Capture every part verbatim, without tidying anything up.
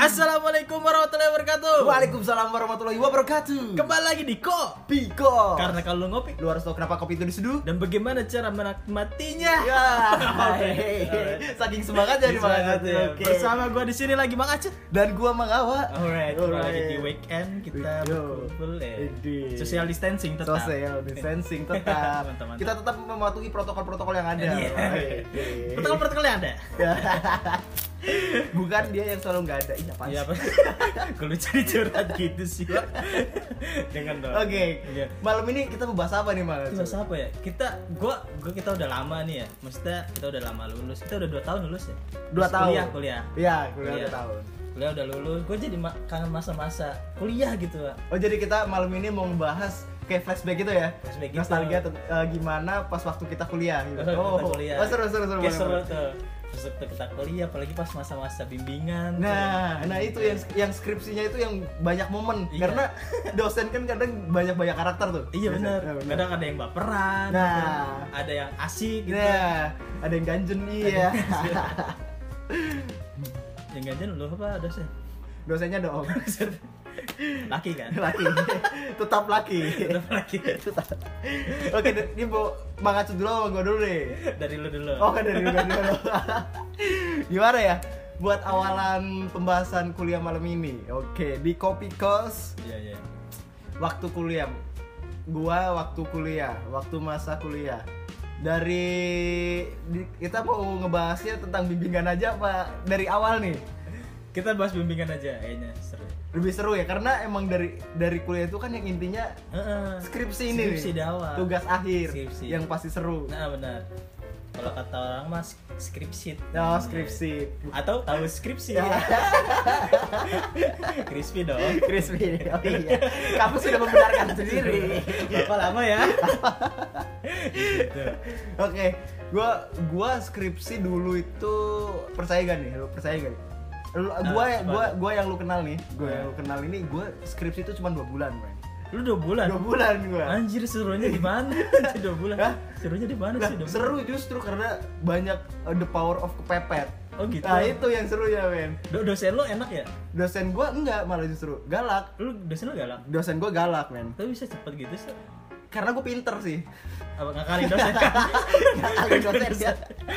Assalamualaikum warahmatullahi wabarakatuh. Waalaikumsalam warahmatullahi wabarakatuh. Kembali lagi di Kopi. Piko. Karena kalau lu ngopi Lu harus tahu kenapa kopi itu diseduh. dan bagaimana cara menikmatinya. Ya. Alright. Saking semangatnya nih Bang Semangat Aceh. ya. Oke. Bersama gua di sini lagi Bang Aceh. Dan gua Mang Awa. Alright, kembali lagi Alright. di weekend kita Yo. berkumpul ya. Indeed. Social distancing tetap. Social distancing tetap. Mantap, mantap. Kita tetap mematuhi protokol-protokol yang ada. Iya. Oke. Protokol-protokol yang ada. Bukan dia yang selalu nggak ada. Ini apa Iya sih? apa? Kalau cari curhat gitu sih. Jangan dong. Oke. Iya. Malam ini kita mau bahas apa nih, Mang? Kita bahas apa ya? Kita, gua, gua kita udah lama nih ya. Maksudnya kita udah lama lulus. Kita udah dua tahun lulus ya. Dua Terus tahun. Kuliah, kuliah. Iya, kuliah Kuliah. dua tahun. Kuliah udah lulus. Gue jadi ma- kangen masa-masa kuliah gitu, Pak. Oh, jadi kita malam ini mau ngebahas kayak flashback gitu ya? Flashback gitu. Nostalgia tent- eh, gimana pas waktu kita kuliah gitu. Pas waktu Oh, kita kuliah. oh, seru seru seru. Kayak boleh, seru boleh. tuh. Terus waktu kita kuliah, apalagi pas masa-masa bimbingan. Nah, tuh. nah itu yang yang skripsinya itu yang banyak momen Iya. karena dosen kan kadang banyak-banyak karakter tuh. Iya Biasa. benar. Nah, benar. Kadang ada yang baperan, Nah. ada yang asik gitu. Nah, ada yang ganjen iya. Yang ganjen lu apa dosen? Dosennya dong. Laki kan? Laki. Tetap laki. Tetap laki. Tetap. Oke, ini mau Bang Acut dulu sama gua dulu deh. Dari lu dulu. Oh, kan dari gua dulu. Gimana ya? Buat awalan pembahasan kuliah malam ini. Oke, di Kopi Kos Iya, iya. waktu kuliah. Gua waktu kuliah, waktu masa kuliah. Dari di- kita mau ngebahasnya tentang bimbingan aja apa dari awal nih? Kita bahas bimbingan aja kayaknya seru. Lebih seru ya karena emang dari dari kuliah itu kan yang intinya Heeh. skripsi ini Skripsi nih. di awal. Tugas akhir Skripsi. yang pasti seru. Nah, benar. Kalau kata orang mas skripsi. Oh, skripsi. Atau tahu skripsi. Ya. Crispy dong. Crispy. Oh iya. Kamu sudah membenarkan sendiri. Bapak lama ya. Gitu. Oke, gua gua skripsi dulu itu percaya gak nih? Lu percaya gak nih? Lu, gua Ah, gua apa? gua yang lu kenal nih, gua yang Ah. lu kenal ini gua skripsi itu cuma dua bulan, Bang. Lu dua bulan. Dua bulan gua. Anjir serunya di mana? Dua bulan. Hah? Serunya di mana Nah, sih? dua bulan? seru justru karena banyak uh, the power of kepepet. Oh gitu. Nah, itu yang serunya, men. Do- dosen lu enak ya? Dosen gua enggak, malah justru galak. Lu dosen lu galak. Dosen gua galak, men. Tapi bisa cepet gitu sih. Karena gua pinter sih. Apa ngakalin dosen kan? Ngakalin dosen ya.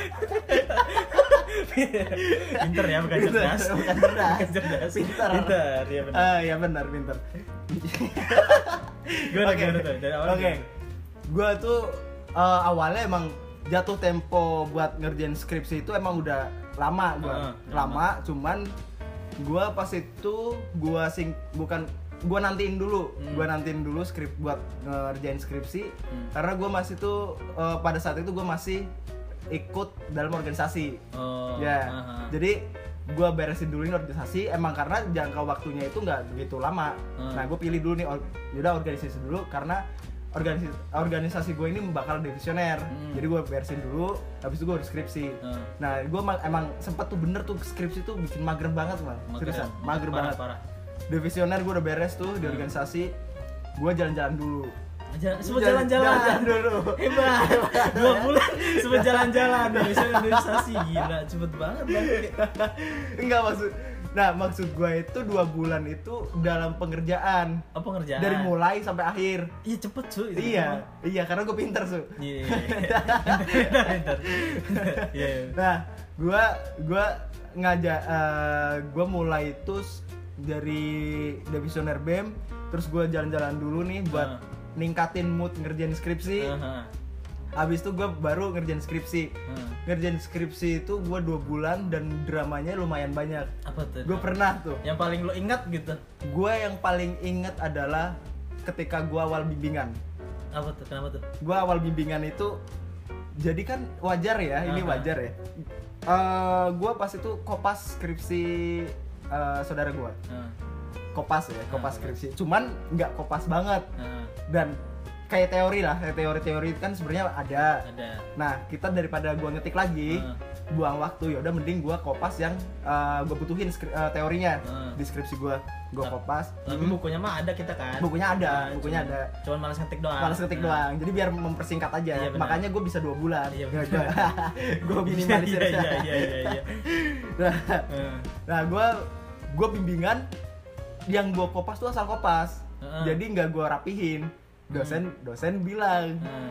Pinter ya, bukan Pinter, cerdas. bukan cerdas. Bukan cerdas. Pinter. Pinter, iya benar. Ah, ya benar, pinter. Gimana Oke. gimana tuh? Dari awal Oke. gimana? Gua tuh uh, awalnya emang jatuh tempo buat ngerjain skripsi itu emang udah lama gua. Uh, lama, cuman gua pas itu gua sing bukan gua nantiin dulu. Hmm. Gua nantiin dulu skrip buat ngerjain skripsi Hmm. karena gua masih tuh uh, pada saat itu gua masih ikut dalam organisasi. Oh. Ya. aha. Jadi gua beresin dulu ini organisasi emang karena jangka waktunya itu nggak begitu lama. Hmm. Nah, gue pilih dulu nih or- yaudah organisasi dulu karena organisasi organisasi gue ini bakal divisioner. Hmm. Jadi gue beresin dulu, habis itu gue skripsi. Hmm. Nah, gue emang sempat tuh bener tuh skripsi tuh bikin mager banget, Bang. Mager Seriusan, ya? mager Parah, banget. parah. Divisioner gue udah beres tuh di Hmm. organisasi. Gue jalan-jalan dulu. Jalan, sempat Jalan- jalan-jalan. jalan dulu. Hebat. Dua bulan sempat jalan-jalan. Indonesia organisasi gila, cepet banget bang. Enggak maksud. Nah, maksud gue itu dua bulan itu dalam pengerjaan. Apa pengerjaan? Dari mulai sampai akhir. Iya cepet cuy. itu Iya, mah. iya karena gue pinter su. Iya. Pintar, pintar. Iya. iya. Nah, gue gue ngajak, uh, gue mulai itu s- dari divisioner B E M, terus gue jalan-jalan dulu nih buat Ah. ningkatin mood ngerjain skripsi. Aha. Habis itu gue baru ngerjain skripsi. Hmm. Ngerjain skripsi itu gue dua bulan dan dramanya lumayan banyak. Apa tuh? Gue pernah tuh. Yang paling lo ingat gitu. Gue yang paling inget adalah ketika gue awal bimbingan. Apa tuh? Kenapa tuh? Gue awal bimbingan itu jadi kan wajar ya, ini Aha. wajar ya. Uh, gue pas itu kopas skripsi uh, saudara gue, Nah, kopas ya, kopas Aha. skripsi. Cuman nggak kopas banget nah, dan kayak teori lah, kayak teori-teori kan sebenarnya ada. ada. Nah, kita daripada gue ngetik lagi, Aha. buang waktu ya udah mending gue kopas yang uh, gue butuhin skri- uh, teorinya Aha. di skripsi gue, gue Tap- kopas. Tapi Hmm. bukunya mah ada kita kan. Bukunya ada, Nah, bukunya cuman- ada. Cuman malas ngetik doang. Malas ngetik Nah. doang, jadi biar mempersingkat aja. Iya, benar. Makanya gue bisa dua bulan. Iya, gue benar. gue minimalisir. Iya iya iya iya iya. Nah, Eh, nah gue gue bimbingan yang gue kopas tuh asal kopas. Uh-uh. Jadi nggak gue rapihin. Dosen hmm. dosen bilang, uh.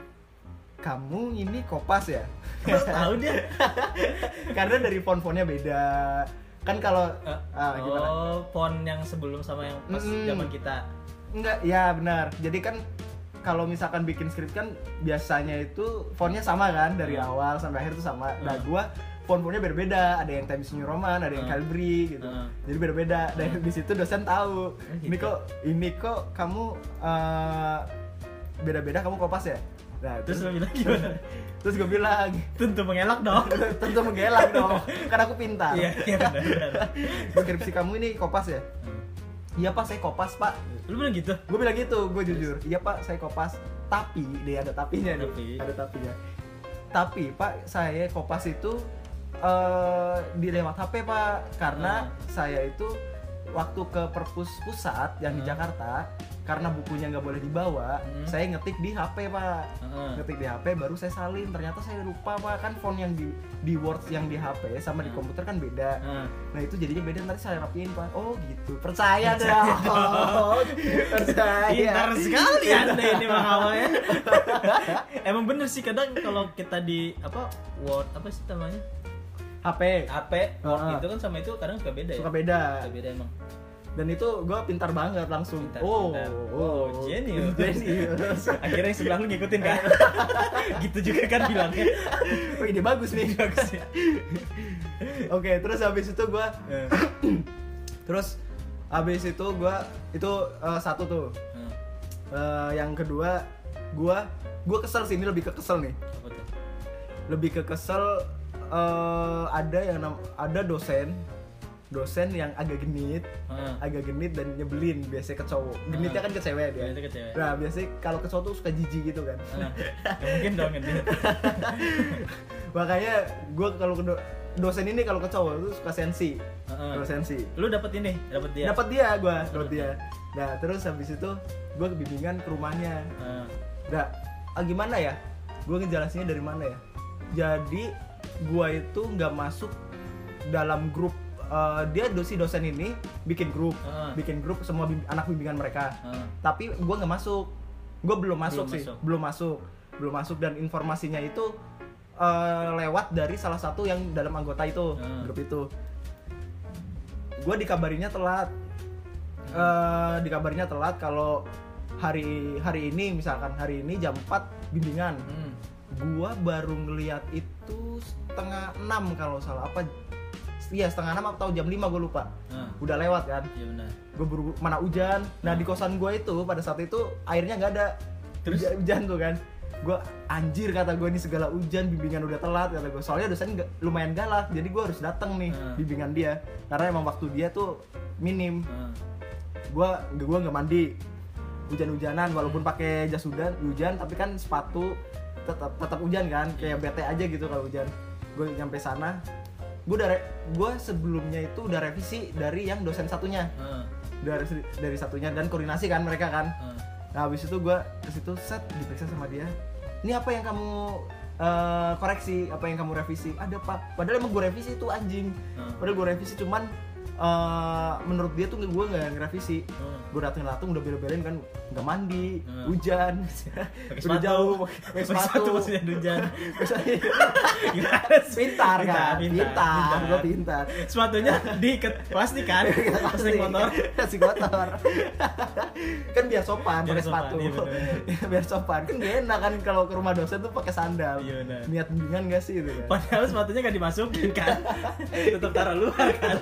kamu ini kopas ya? Tahu dia. Karena dari font-fontnya beda. Kan kalau uh, uh, gimana? Oh, font yang sebelum sama yang pas hmm. zaman kita. Enggak, ya benar. Jadi kan kalau misalkan bikin skrip kan biasanya itu fontnya sama kan dari uh. awal sampai akhir tuh sama. Uh. Nah, gue font-fontnya beda-beda, ada yang Times New Roman, ada yang uh. Calibri gitu. Uh. Jadi beda-beda. Dan uh. di situ dosen tahu, uh, gitu. ini kok ini kok kamu uh, beda-beda kamu kopas ya? Nah, terus, terus lo bilang gimana? Terus gue bilang, tentu mengelak dong. Tentu mengelak dong. Karena aku pintar. Iya, iya benar. Skripsi kamu ini kopas ya? Iya Pak, saya kopas Pak. Lu bilang gitu? Gue bilang gitu, gue jujur. Iya Pak, saya kopas. Tapi, deh ada tapinya nih. Tapi. Ada tapinya. Tapi Pak, saya kopas itu Uh, di lewat H P Pak, karena uh. saya itu waktu ke perpus pusat yang uh. di Jakarta, karena bukunya nggak boleh dibawa, uh. saya ngetik di H P Pak, uh. ngetik di H P baru saya salin. Ternyata saya lupa Pak, kan font yang di di Word yang di H P sama uh. di komputer kan beda. Uh. Nah itu jadinya beda, nanti saya rapiin Pak. Oh gitu, percaya dong. Oh, percaya. Pintar sekali Anda ini Bang Hawa ya. Emang bener sih kadang kalau kita di apa Word apa sih namanya? H P, H P, Word uh, itu kan sama itu kadang suka beda ya? Suka beda. Suka beda emang. Dan itu gue pintar banget langsung. Pintar, oh, pintar. oh, oh, genius. Genius. Akhirnya yang sebelah lu ngikutin kan? Gitu juga kan bilangnya. Oh ini bagus nih. Bagus ya. Oke, terus habis itu gue, yeah. terus habis itu gue itu uh, satu tuh. Hmm. Uh, yang kedua, gue gue kesel sih, ini lebih ke kesel nih. Apa tuh? Lebih ke kesel. Uh, ada yang nam- ada dosen dosen yang agak genit, uh. agak genit dan nyebelin biasanya ke cowok. Genitnya uh. kan ke cewek dia. Biasanya ke cewek. Nah biasanya kalau ke cowok tuh suka jijik gitu kan. Uh. Ya, mungkin dong genit. Makanya gue kalau ke do- dosen ini kalau ke cowok tuh suka sensi, uh-uh. kalau sensi. Lu dapet ini, dapet dia. Dapet dia gue, dapet dia. Nah terus habis itu gue kebimbingan ke rumahnya. Uh. Nah ah, gimana ya? Gue ngejelasinnya dari mana ya? Jadi gua itu nggak masuk dalam grup, uh, dia dosi dosen ini bikin grup, uh. bikin grup semua bim- anak bimbingan mereka, uh. tapi gua nggak masuk, gua belum masuk belum sih, masuk. belum masuk, belum masuk dan informasinya itu uh, lewat dari salah satu yang dalam anggota itu, uh. grup itu. Gua dikabarinya telat, uh. Uh, dikabarinya telat kalau hari hari ini misalkan hari ini jam empat bimbingan. Hmm. Gua baru ngeliat itu setengah enam kalau salah apa, iya setengah enam atau jam lima gue lupa. Hmm. Udah lewat kan? Iya benar. Gue buru mana hujan. Nah hmm. di kosan gue itu pada saat itu airnya nggak ada. Terus hujan tuh kan? Gue anjir kata gue, ini segala hujan bimbingan udah telat kata gue. Soalnya dosen g- lumayan galak, jadi gue harus datang nih hmm. bimbingan dia. Karena emang waktu dia tuh minim. Hmm. Gue gue nggak mandi, hujan-hujanan walaupun pakai jas hujan, hujan tapi kan sepatu tetap tetap hujan kan, kayak bete aja gitu kalau hujan. Gue nyampe sana, gue udah re- gue sebelumnya itu udah revisi dari yang dosen satunya, uh. dari dari satunya dan koordinasi kan mereka kan. Uh. Nah habis itu gue ke situ set diperiksa sama dia. Ini apa yang kamu uh, koreksi, apa yang kamu revisi? Ada Pak. Padahal emang gue revisi itu anjing. Uh. Padahal gue revisi cuman uh, menurut dia tuh gue nggak ngerevisi. Uh. Gue dateng-dateng udah bela-belain kan, nggak mandi, hmm. hujan, udah jauh, pakai sepatu, maksudnya hujan. Pintar kan, pintar, gue pintar. Sepatunya diikat plastik kan, plastik motor, plastik motor. Kan biar sopan, pakai sepatu, iya, biar sopan. Kan gak enak kan kalau ke rumah dosen tuh pakai sandal. Iya, niat bimbingan gak sih itu kan? Padahal sepatunya nggak dimasukin kan, tetap taruh luar kan.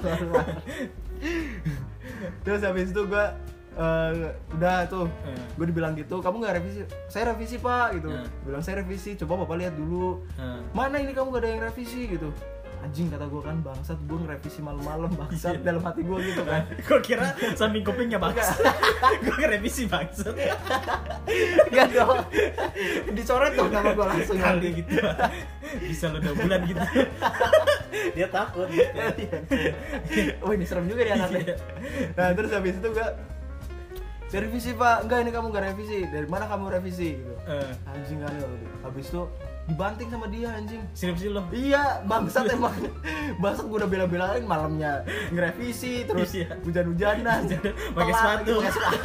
Terus habis itu gue Uh, udah tuh, hmm. gue dibilang gitu, kamu nggak revisi? Saya revisi Pak, gitu. Hmm. Bilang saya revisi, coba Bapak lihat dulu. Hmm. Mana ini kamu gak ada yang revisi gitu? Anjing kata gue kan, bangsat, gue ngerevisi malam-malam bangsat dalam hati gue gitu kan. Gue kira samping kupingnya bangsat. Gue ngerevisi bangsat. Gak dong, dicoret dong nama gue langsung kali gitu. Bisa lo dua bulan gitu. Dia takut gitu. Oh ini serem juga dia anaknya. Nah terus habis itu gue revisi Pak, enggak ini kamu gak revisi. Dari mana kamu revisi gitu. Uh. Anjing kan. Habis itu dibanting sama dia anjing. Skripsi lo. Iya, bangsat emang. Bangsat gue udah bela-belain malamnya ngerevisi terus Iya. hujan-hujanan. Pakai sepatu. Pakai sepatu.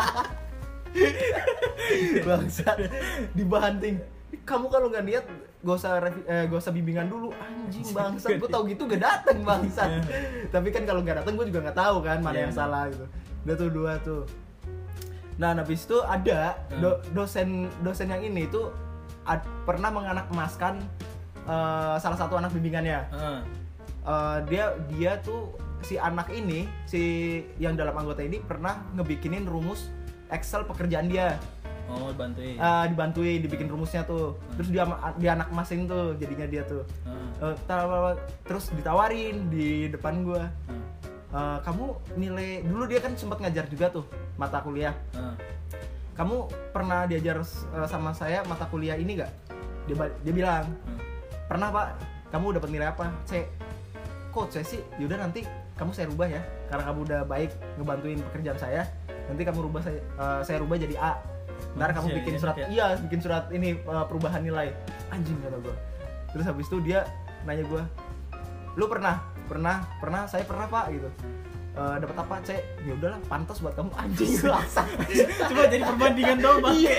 Bangsat dibanting. Kamu kalau nggak niat gak usah revi- eh, gak usah bimbingan dulu anjing bangsat. Gue tau gitu gak dateng bangsat. Tapi kan kalau nggak dateng gue juga nggak tahu kan mana Iya, yang iya. salah gitu. Udah tuh dua tuh. Nah, habis itu ada do- dosen dosen yang ini tuh ad- pernah menganak emaskan uh, salah satu anak bimbingannya. Heeh. Uh, dia dia tuh si anak ini si yang dalam anggota ini pernah ngebikinin rumus Excel pekerjaan dia. Oh, bantuin. Uh, dibantuin dibikin rumusnya tuh. Terus dia dia anak emasin tuh jadinya dia tuh. Heeh. Uh, tawa- terus ditawarin di depan gua. Heeh. Uh, kamu nilai dulu dia kan sempat ngajar juga tuh mata kuliah. Heeh. Kamu pernah diajar uh, sama saya mata kuliah ini gak? Dia, ba- dia bilang, Hmm. pernah pak, kamu dapat nilai apa? C. Kok C sih? Yaudah nanti kamu saya rubah ya, karena kamu udah baik ngebantuin pekerjaan saya. Nanti kamu rubah saya, uh, saya rubah jadi A. Ntar kamu Masih bikin enak surat, ya? iya bikin surat ini uh, perubahan nilai. Anjing kata gue. Terus habis itu dia nanya gue, lu pernah? Pernah? Pernah? Saya pernah pak gitu. Uh, dapat apa C? Ya udahlah pantas buat kamu anjing langsung. Cuma jadi perbandingan doang bang. Iya.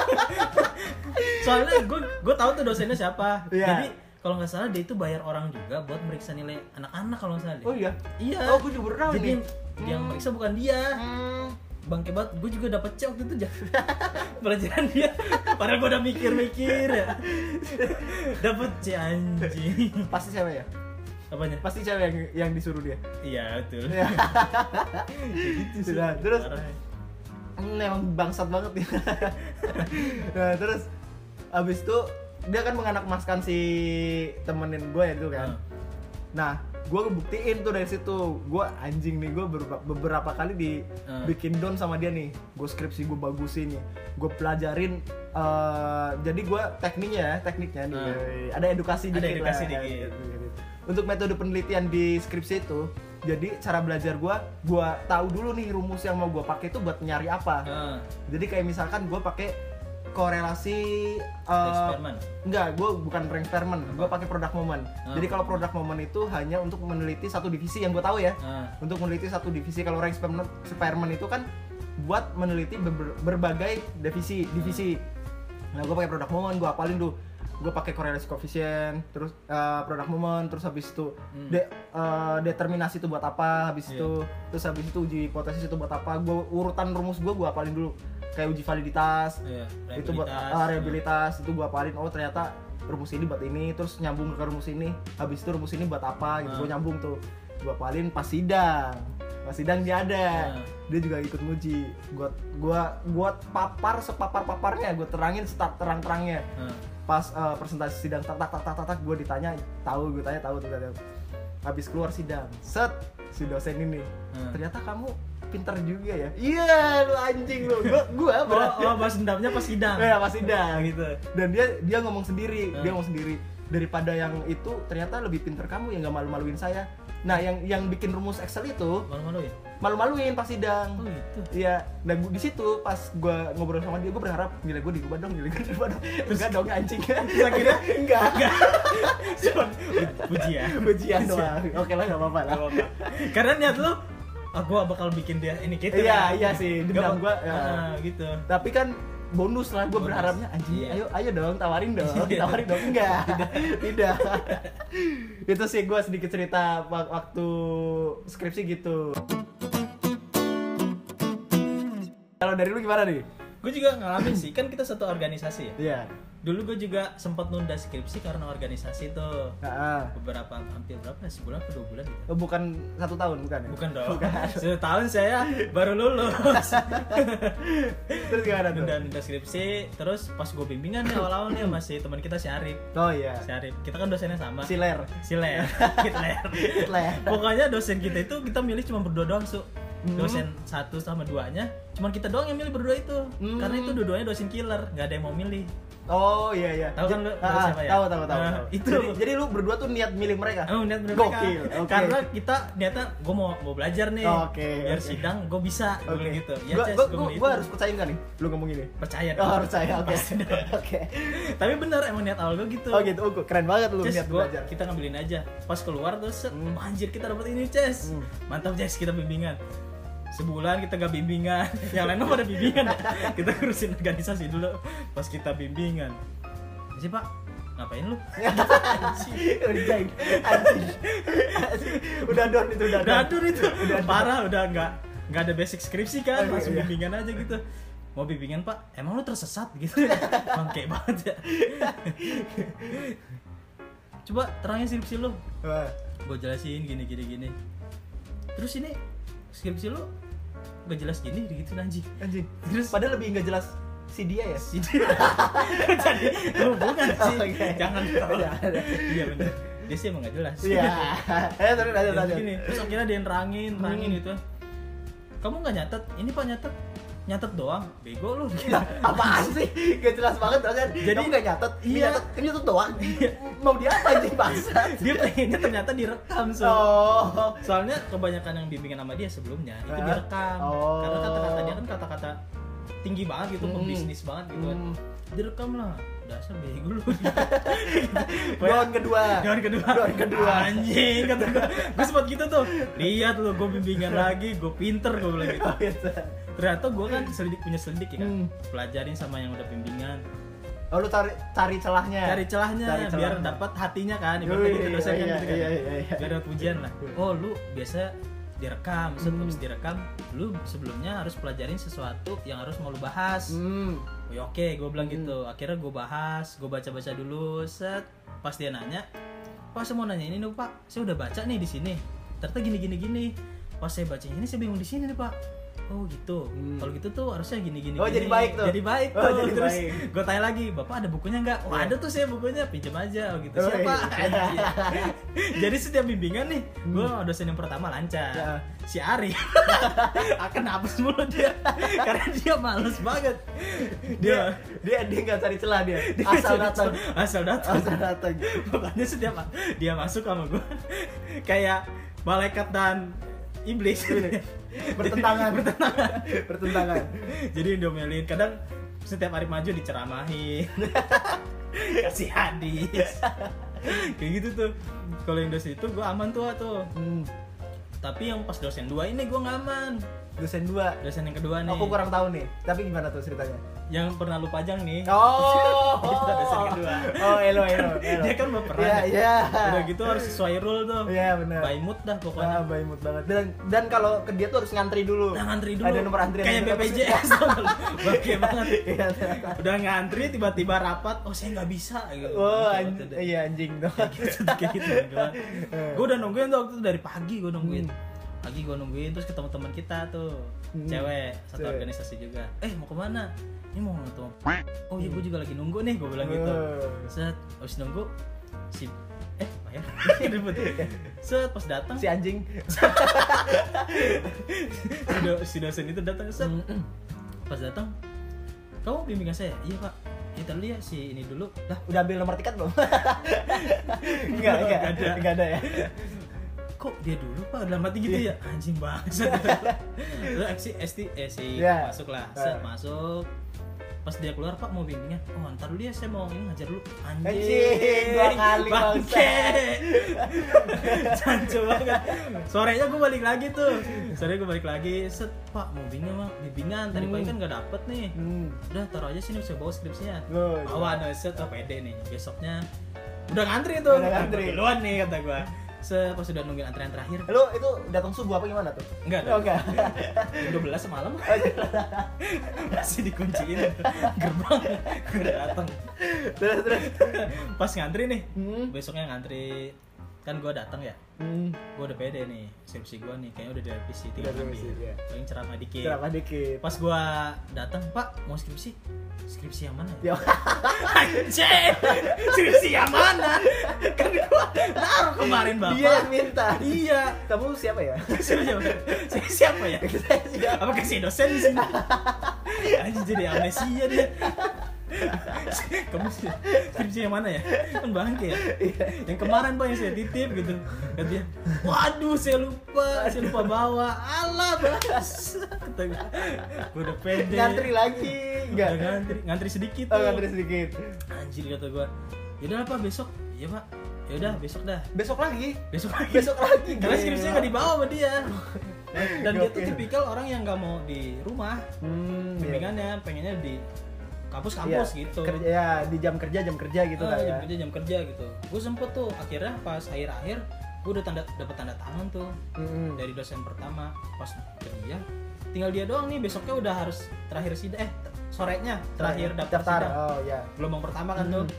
Soalnya gue gue tahu tuh dosennya siapa. Iya. Jadi kalau nggak salah dia itu bayar orang juga buat meriksa nilai anak-anak kalau nggak salah. deh. Oh iya. Iya. Oh gue juga baru tahu Jadi nih. dia yang Hmm. meriksa bukan dia. Hmm. Bangke banget, gue juga dapet C waktu itu aja. Pelajaran dia. Padahal gue udah mikir-mikir ya. Dapet C anjing. Pasti cewek ya? Apanya? Pasti cewek yang, yang disuruh dia. Iya betul. Ya. Gitu sih. Sudah, terus Parah. hmm, emang bangsat banget ya. Nah, terus abis itu dia kan menganak emaskan si temenin gue ya itu kan. Hmm. Nah, gue ngebuktiin tuh dari situ. Gue anjing nih, gue beberapa, beberapa kali dibikin down sama dia nih. Gue skripsi gue bagusin nih. Gue pelajarin. Uh, jadi gue tekniknya ya, tekniknya nih. Hmm. Ada edukasi Ada dikit edukasi lah. dikit. Untuk metode penelitian di skripsi itu, jadi cara belajar gue, gue tahu dulu nih rumus yang mau gue pakai itu buat nyari apa. Hmm. Jadi kayak misalkan gue pakai korelasi uh, Eksperimen. enggak, gue bukan rank experiment, gue pakai product moment. Ah. Jadi kalau product moment itu hanya untuk meneliti satu divisi yang gue tahu ya. Hmm. Untuk meneliti satu divisi. Kalau rank experiment, experiment itu kan buat meneliti ber- berbagai divisi, divisi. Nah, gue pakai product moment, gue apalin tuh. Gue pakai korelasi koefisien, terus uh, product moment, terus habis itu Hmm. de- uh, determinasi itu buat apa, habis Iya. itu terus habis itu uji hipotesis itu buat apa. Gue urutan rumus gue gue apalin dulu. Kayak uji validitas, Iya, itu buat reliabilitas. uh, reliabilitas itu gue apalin. Oh ternyata rumus ini buat ini, terus nyambung ke rumus ini. Habis itu rumus ini buat apa gitu. Hmm. Gue nyambung tuh. Gue apalin pas sidang. Pas sidang dia ada. Hmm. Dia juga ikut nguji. Gua gua gua papar sepapar-paparnya, gue terangin setar terang-terangnya. Hmm. Pas uh, presentasi sidang tak tak tak tak tak, tak gue ditanya, tahu gue tanya tahu tuh tanya. Habis keluar sidang, set si dosen ini. Hmm. Ternyata kamu pintar juga ya. Iya, lu anjing lu. Gua gua Oh, berarti. oh bahas dendamnya pas sidang. Ya, pas sidang gitu. Dan dia dia ngomong sendiri, Hmm. dia ngomong sendiri. Daripada yang itu ternyata lebih pintar kamu yang nggak malu-maluin saya. Nah, yang yang bikin rumus Excel itu Malu-malu ya? malu-maluin pas sidang. Oh gitu. Iya, nah gua, di situ pas gue ngobrol sama dia, gue berharap nilai gue dirubah dong, nilai gue dirubah dong. Enggak dong anjing. Terus akhirnya enggak. Cuma pujian. Ujian doang. Oke lah, enggak apa-apa lah. Gak apa-apa. Karena niat lu, ah gua bakal bikin dia ini gitu. Iya, iya sih, dendam Gak- gua, ya. ah, gitu. Tapi kan bonus lah, gue Bonus. berharapnya anjing, Iya. ayo ayo dong tawarin dong, Iya. tawarin dong. Enggak. Tidak. Itu sih gue sedikit cerita wak- waktu skripsi gitu. Kalau dari lu gimana nih? Gue juga ngalamin sih, kan kita satu organisasi ya. Iya. Dulu gue juga sempat nunda skripsi karena organisasi tuh. Heeh. Beberapa hampir berapa ya? Sebulan atau dua bulan gitu. Oh, bukan satu tahun bukan ya? Bukan dong. Bukan. Setahun saya baru lulus. Terus gimana tuh? Nunda nunda skripsi, terus pas gue bimbingan nih awal-awal nih masih teman kita si Arif. Oh iya. Si Arif, kita kan dosennya sama. Siler. Siler. Hitler. Hitler. Pokoknya dosen kita itu kita milih cuma berdua doang, Su. Hmm. Dosen satu sama duanya, cuman kita doang yang milih berdua itu. Hmm. Karena itu dua-duanya dosen killer, nggak ada yang mau milih. Oh iya iya. Tahu kan lu ah, siapa ya? Tahu tahu tahu. Nah, tahu. itu. Jadi, jadi lu berdua tuh niat milih mereka. Oh, niat milih Gokil, mereka. okay. Karena kita niatnya gue mau mau belajar nih. Oke. Okay, biar okay. sidang gue bisa gue okay. gitu. Ya, gua, Ces, gua, gua, gua, gua harus percaya enggak nih lu ngomong ini? Percaya. Oh, percaya. Oke. Okay. Oke. Okay. Tapi bener emang niat awal gue gitu. Oh gitu. Oh, keren banget lu Ces, niat gua, belajar. kita ngambilin aja. Pas keluar terus Hmm. oh, anjir kita dapat ini, Ces. Hmm. Mantap, Ces, kita bimbingan. Sebulan kita gak bimbingan, yang lain mah pada bimbingan ya. Kita urusin organisasi dulu pas kita bimbingan. Sih Pak, ngapain lu? Anjing. Anjing. Udah don itu udah. Udah don itu. Udah parah, udah nggak nggak ada basic skripsi kan, oh, langsung iya. bimbingan aja gitu. Mau bimbingan Pak, emang lu tersesat gitu? Bangke banget ya. Coba terangin skripsi lu. Gue jelasin gini gini gini. Terus ini skripsi lu gak jelas gini gitu anjing. Anjing. Terus padahal lebih gak jelas si dia ya. Si dia. Jadi hubungan sih. Oh, okay. Jangan. Iya benar. Dia sih emang gak jelas. Iya. Eh terus lanjut lanjut. Gini, terus akhirnya dia nerangin, nerangin hmm. gitu. Kamu gak nyatet? Ini Pak nyatet. Nyatet doang. Bego lu. Nah, apaan sih? Gak jelas banget kan. Jadi kamu gak nyatet, ini iya. nyatet, ini nyatet doang. Mau dia apa anjing bangsa? Dia pengennya ternyata direkam so. Oh. Soalnya kebanyakan yang bimbingan sama dia sebelumnya itu direkam. Oh. Karena kata-kata dia kan kata-kata tinggi banget gitu, hmm. pembisnis banget gitu. Hmm. Direkam lah. Dasar bego lu. Down kedua. Down kedua. Down kedua. Anjing kata gue. Gue sempat gitu tuh. Lihat lu, gue bimbingan lagi, gue pinter gue bilang gitu. Ternyata gue kan selidik punya selidik ya kan. Hmm. Pelajarin sama yang udah bimbingan. Oh lu cari cari celahnya. Cari celahnya, cari celahnya. Biar dapat hatinya kan. Ibaratnya gitu dosennya iya, gitu kan. Iya, iya, iya. Biar dapat pujian lah. Oh lu biasa direkam, set hmm. habis direkam, lu sebelumnya harus pelajarin sesuatu yang harus mau lu bahas. Hmm. Oh, ya oke, gue bilang hmm. gitu. Akhirnya gue bahas, gue baca-baca dulu, set. Pas dia nanya, Pak saya mau nanya ini nih Pak, saya udah baca nih di sini. Ternyata gini gini gini. Pas saya baca ini saya bingung di sini nih Pak. Oh gitu. Hmm. Kalau gitu tuh harusnya gini gini. Oh gini. jadi baik tuh. Jadi baik tuh. Oh, jadi terus gue tanya lagi, Bapak ada bukunya nggak? Oh ada tuh saya bukunya, pinjam aja. Oh gitu. Oh, Siapa? iya. Jadi setiap bimbingan nih, hmm. gue dosen yang pertama lancar. Ya. Si Ari akan hapus mulu dia, karena dia males banget. Dia dia dia nggak cari celah dia. dia asal datang. Asal datang. Asal datang. Pokoknya setiap dia masuk sama gue, kayak malaikat dan iblis bertentangan bertentangan bertentangan jadi diomelin, kadang setiap hari maju diceramahin kasih hadis kayak gitu tuh. Kalau yang dosen itu gue aman tuh tuh hmm. Tapi yang pas dosen dua ini gue nggak aman. Dosen dua dosen yang kedua nih aku kurang tahu nih, tapi gimana tuh ceritanya? Yang pernah lu pajang nih. Oh, itu dosen kedua. Oh, elo elo. elo. Dia kan baperan. Iya, iya. Udah gitu harus sesuai rule tuh. Iya, benar. By mood dah pokoknya. Ah, by mood banget. Dan dan kalau ke dia tuh harus ngantri dulu. Nah, ngantri dulu. Ada nomor antrian. Kayak B P J S tuh. Bangke banget. Iya, udah ngantri tiba-tiba rapat, oh saya nggak bisa gitu. Oh, anj- iya anjing dong. Kayak gitu, kayak gitu. Gue udah nungguin tuh waktu itu dari pagi gue nungguin. Hmm. Pagi gue nungguin terus ketemu teman kita tuh. Hmm. Cewek, satu cewek. Organisasi juga. Eh, mau kemana? Ini mau ketemu. Oh iya, gue juga lagi nunggu nih, gue bilang gitu. Set, habis nunggu si eh bayar. Set, pas datang si anjing. si, do, si dosen itu datang, set. Pas datang, kamu bimbingan saya? Iya Pak. Kita dulu ya si ini dulu. Lah, udah ambil nomor tiket belum? Enggak, enggak ada. Enggak ada ya. Kok dia dulu Pak, dalam hati gitu ya? Anjing banget. Terus si S T eh si yeah. masuk lah, set uh. masuk. Pas dia keluar, Pak mau bimbingan. Oh, ntar dulu ya, saya mau ini ngajar dulu. Anjing, Anjing dua kali bangke. Cancu banget. Sorenya gue balik lagi tuh. Sorenya gue balik lagi. Set, Pak mau bimbingan, Mak. Bimbingan. Tadi hmm. pagi kan gak dapet nih. Hmm. Udah taruh aja sini, bisa bawa skripsinya. Oh, bawa, no, set, oh pede nih. Besoknya udah ngantri tuh. Udah ngantri. Duluan nih kata gue. Se pas sudah nungguin antrian terakhir. Lu itu datang subuh apa gimana tuh? Enggak, oh, enggak. jam dua belas semalam. Masih dikunciin gerbang. Gue udah datang. Terus terus pas ngantri nih. Hmm? Besoknya ngantri. Kan gue datang ya. Hmm. Gue udah pede nih. Skripsi gue nih kayaknya udah direvisi tinggal ngambil. Ya. Paling ceramah dikit. Ceramah dikit. Pas gue datang, Pak, mau skripsi. Skripsi yang mana ya? Anjir. Skripsi yang mana? Kan gue naruh kemarin Bapak. Dia yang minta. Iya. Kamu siapa ya? Siapa? Saya siapa ya? Apa kasih dosen di sini? Anjir, jadi amnesia dia. Kamu skripsi yang mana ya? Kan bangke ya. Yang kemarin Pak yang saya titip gitu. Kata dia, waduh saya lupa, saya lupa bawa. Alah bas. Kata gue, gue udah pede. Ngantri lagi, enggak? Ngantri, ngantri sedikit. Oh, ngantri sedikit. Anjir kata gue. Yaudah Pak besok. Iya Pak. Ya udah besok dah. Besok lagi. Besok lagi. Besok lagi. Karena skripsinya nggak dibawa sama dia. Dan dia tuh Gokil. tipikal orang yang nggak mau di rumah. Hmm, Bimbingannya pengennya di kampus-kampus iya. gitu. Kerja ya di jam kerja jam kerja gitu Ah, kan jam ya. kerja jam kerja gitu. Gue sempet tuh akhirnya pas akhir-akhir gue udah tanda dapat tanda tangan tuh Mm-mm. dari dosen pertama pas kerja. Tinggal dia doang nih besoknya udah harus terakhir sidang eh t- sorenya terakhir daftar, daftar. sidang. Oh ya. Gelombang pertama kan Hmm. tuh.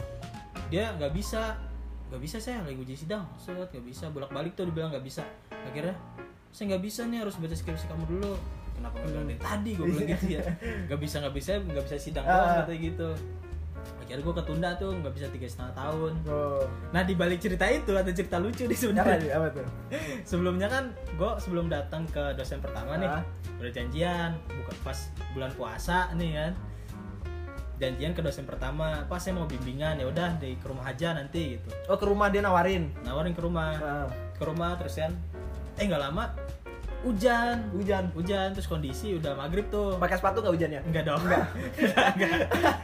Dia nggak bisa nggak bisa saya lagi uji sidang. Set nggak bisa bolak-balik tuh dibilang nggak bisa. Akhirnya saya nggak bisa nih harus baca skripsi kamu dulu. Kenapa nggak bilang dari tadi gue bilang gitu ya. Nggak bisa nggak bisa nggak bisa sidang doang Ah. katanya gitu. Akhirnya gue ketunda tuh nggak bisa tiga setengah tahun. Oh. Nah di balik cerita itu ada cerita lucu nih Apa, sebenarnya. nih? Apa tuh? Sebelumnya kan gue sebelum datang ke dosen pertama nih Ah. udah janjian buka pas bulan puasa nih kan. Janjian ke dosen pertama, pas saya mau bimbingan ya udah di ke rumah aja nanti gitu. Oh, ke rumah dia nawarin. Nawarin ke rumah. Ah. Ke rumah terus kan eh nggak lama hujan Hujan. hujan terus kondisi udah maghrib tuh. Pakai sepatu nggak hujannya? Enggak dong. Enggak. Enggak.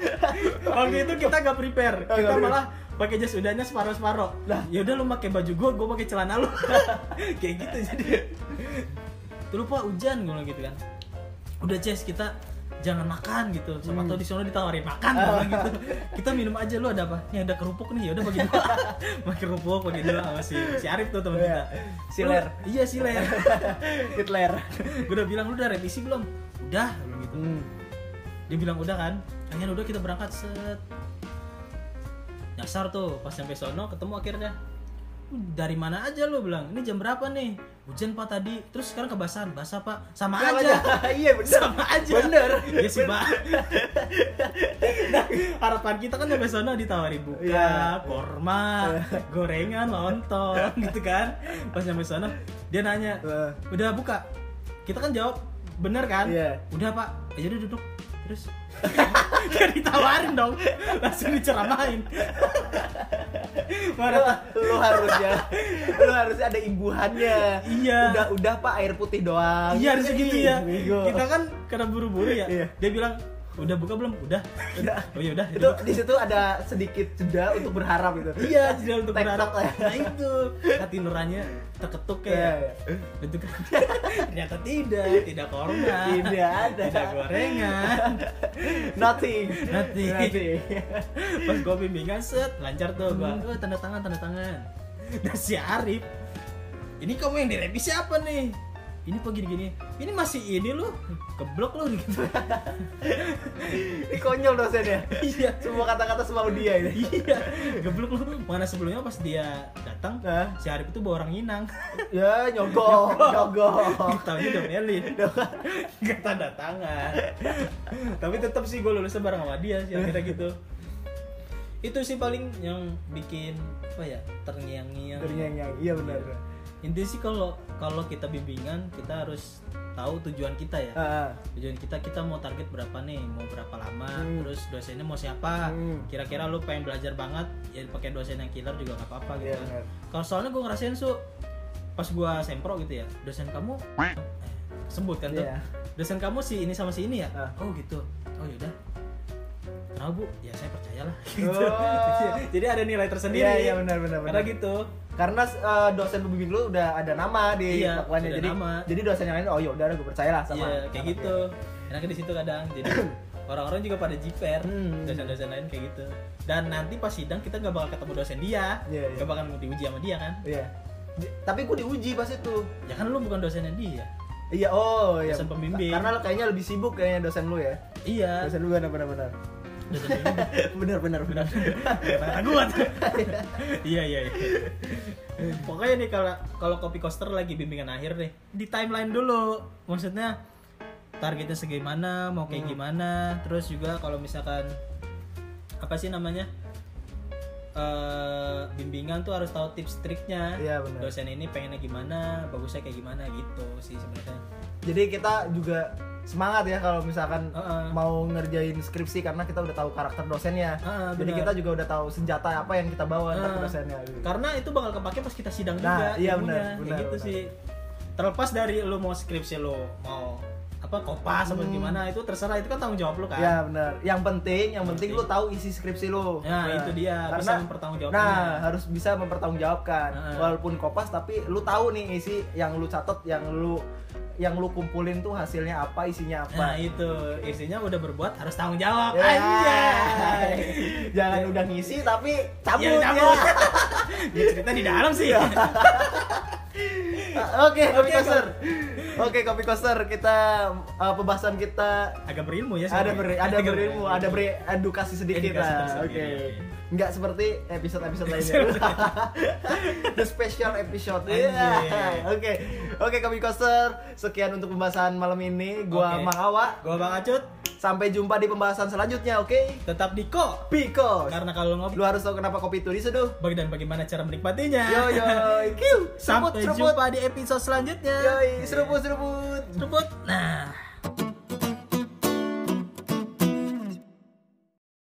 Waktu itu kita enggak prepare. Oh, Kita nggak malah pakai jas hujannya separuh-separuh. Lah. Ya udah lu pakai baju gua, gua pakai celana lu. Kayak gitu jadi. Tuh lupa hujan gua gitu kan. Udah Jess kita jangan makan gitu. Sama Hmm. tau di sana ditawarin makan gua gitu. Kita minum aja lu ada apa? Nih ada kerupuk nih. Ya udah bagi dua. Bagi kerupuk bagi dua sama si si Arif tuh teman Iya. kita. Siler. Lu- Iya Siler. Hitler. Gua udah bilang lu udah revisi belum? Udah, belum gitu. Hmm. Dia bilang udah kan, akhirnya udah kita berangkat set nyasar tuh pas sampai sono ketemu akhirnya dari mana aja lu bilang ini jam berapa nih hujan Pak tadi terus sekarang kebasahan basah Pak sama Sama aja Iya bener. sama aja Bener. ya sih Pak. Nah, harapan kita kan sampai sono ditawarin buka Iya. korma gorengan lontong gitu kan pas sampai sono dia nanya Eh, udah buka kita kan jawab bener kan Iya. udah Pak aja udah duduk terus dia ditawarin dong langsung diceramain lu, mana lu harusnya lu harusnya ada imbuhannya. Iya. Udah udah Pak air putih doang. iya harus gitu ya Bego. kita kan karena buru-buru ya Iya. dia bilang udah buka belum udah Udah. oh iya udah Itu di situ ada sedikit jeda untuk berharap gitu. iya jadi untuk Tek berharap tok ya. nah itu hati nuraninya terketuk Iya, kayak iya. itu kan ternyata tidak tidak korma Tidak ada. tidak gorengan Nothing. Nothing. Nothing. pas gue bimbingan set lancar tuh gue oh, tanda tangan tanda tangan dan si Arif ini kamu yang direvisi apa nih ini kok gini-gini ini masih ini lu keblok lu gitu Ini konyol dosennya. iya Semua kata-kata semua dia ini. iya geblok lu mana sebelumnya pas dia datang Hah? si Arif itu bawa orang Minang Ya nyogok, nyogok. tahunya udah melin nggak tanda tangan tapi tetap sih gue lulusnya bareng sama dia sih akhirnya gitu itu sih paling yang bikin apa ya terngiang-ngiang Terngiang-ngiang. Iya benar. intinya sih kalau kalau kita bimbingan kita harus tahu tujuan kita ya Ah, tujuan kita kita mau target berapa nih mau berapa lama Hmm. terus dosennya mau siapa Hmm. kira-kira lu pengen belajar banget ya pakai dosen yang killer juga nggak apa-apa gitu Iya, kan. benar. Kalau soalnya gue ngerasain su pas gue sempro gitu ya dosen kamu eh, sebut kan tuh Iya. dosen kamu si ini sama si ini ya Ah. oh gitu oh yaudah kenapa bu ya saya percayalah gitu Oh. jadi ada nilai tersendiri Iya, iya benar benar karena benar. gitu Karena eh, dosen pembimbing lu udah ada nama di Iya, pelakuannya. sudah Jadi nama. jadi dosen yang lain oh ya udah gue percaya lah sama. iya kayak sama gitu enaknya di situ kadang jadi orang-orang juga pada jiper Hmm. dosen-dosen lain kayak gitu dan nanti pas sidang kita nggak bakal ketemu dosen dia Iya, iya. nggak bakal diuji sama dia kan dia. Iya. Di- Tapi gue diuji pas itu. ya kan lu bukan dosennya dia Iya, oh iya. Dosen pembimbing. Karena lo kayaknya lebih sibuk kayaknya dosen lu ya. iya Dosen lu benar benar benar. dosen pembimbing Benar benar benar. kata gua tuh iya iya iya pokoknya nih kalau kalau copy coaster lagi bimbingan akhir nih di timeline dulu maksudnya targetnya segimana mau kayak Hmm. gimana terus juga kalau misalkan apa sih namanya eh bimbingan tuh harus tahu tips triknya Iya, benar. dosen ini pengennya gimana bagusnya kayak gimana gitu sih sebenarnya Jadi kita juga semangat ya kalau misalkan uh-uh. mau ngerjain skripsi karena kita udah tahu karakter dosennya. Uh, Jadi kita juga udah tahu senjata apa yang kita bawa uh, ke dosennya. Gitu. Karena itu bakal kepake pas kita sidang nah, juga. Iya benar, benar. Gitu benar. sih. Terlepas dari lu mau skripsi lu mau apa kopas hmm. apa gimana itu terserah, itu kan tanggung jawab lu kan. Iya benar. Yang penting, yang penting, penting lu tahu isi skripsi lu. Nah, nah itu dia, karena, bisa mempertanggungjawabkan. Nah, harus bisa mempertanggungjawabkan. Nah. Walaupun kopas tapi lu tahu nih isi yang lu catat, yang lu yang lu kumpulin tuh hasilnya apa, isinya apa. Nah, itu isinya udah berbuat harus tanggung jawab. Yeah. Anjay. Jangan udah ngisi tapi cabut ya. Cabut. Ya cerita di dalam sih. Oke, Kopi Koster. Oke, Kopi Koster, kita uh, pembahasan kita agak berilmu ya. Ada ber, ada berilmu, ada beredukasi sedikit lah. Oke. Okay. Enggak seperti episode-episode lainnya. The special episode. Oke. Oke, okay, Kopi Koster, sekian untuk pembahasan malam ini. Gua okay. Mang Awa, gua Bang Acut. Sampai jumpa di pembahasan selanjutnya, oke? Okay? Tetap di Ko Because. Karena kalau ngopi, lu harus tahu kenapa kopi itu diseduh. Bagi dan bagaimana cara menikmatinya. Yo yo. Sampai jumpa di episode selanjutnya. Yoi, seruput seruput. Seruput. Nah.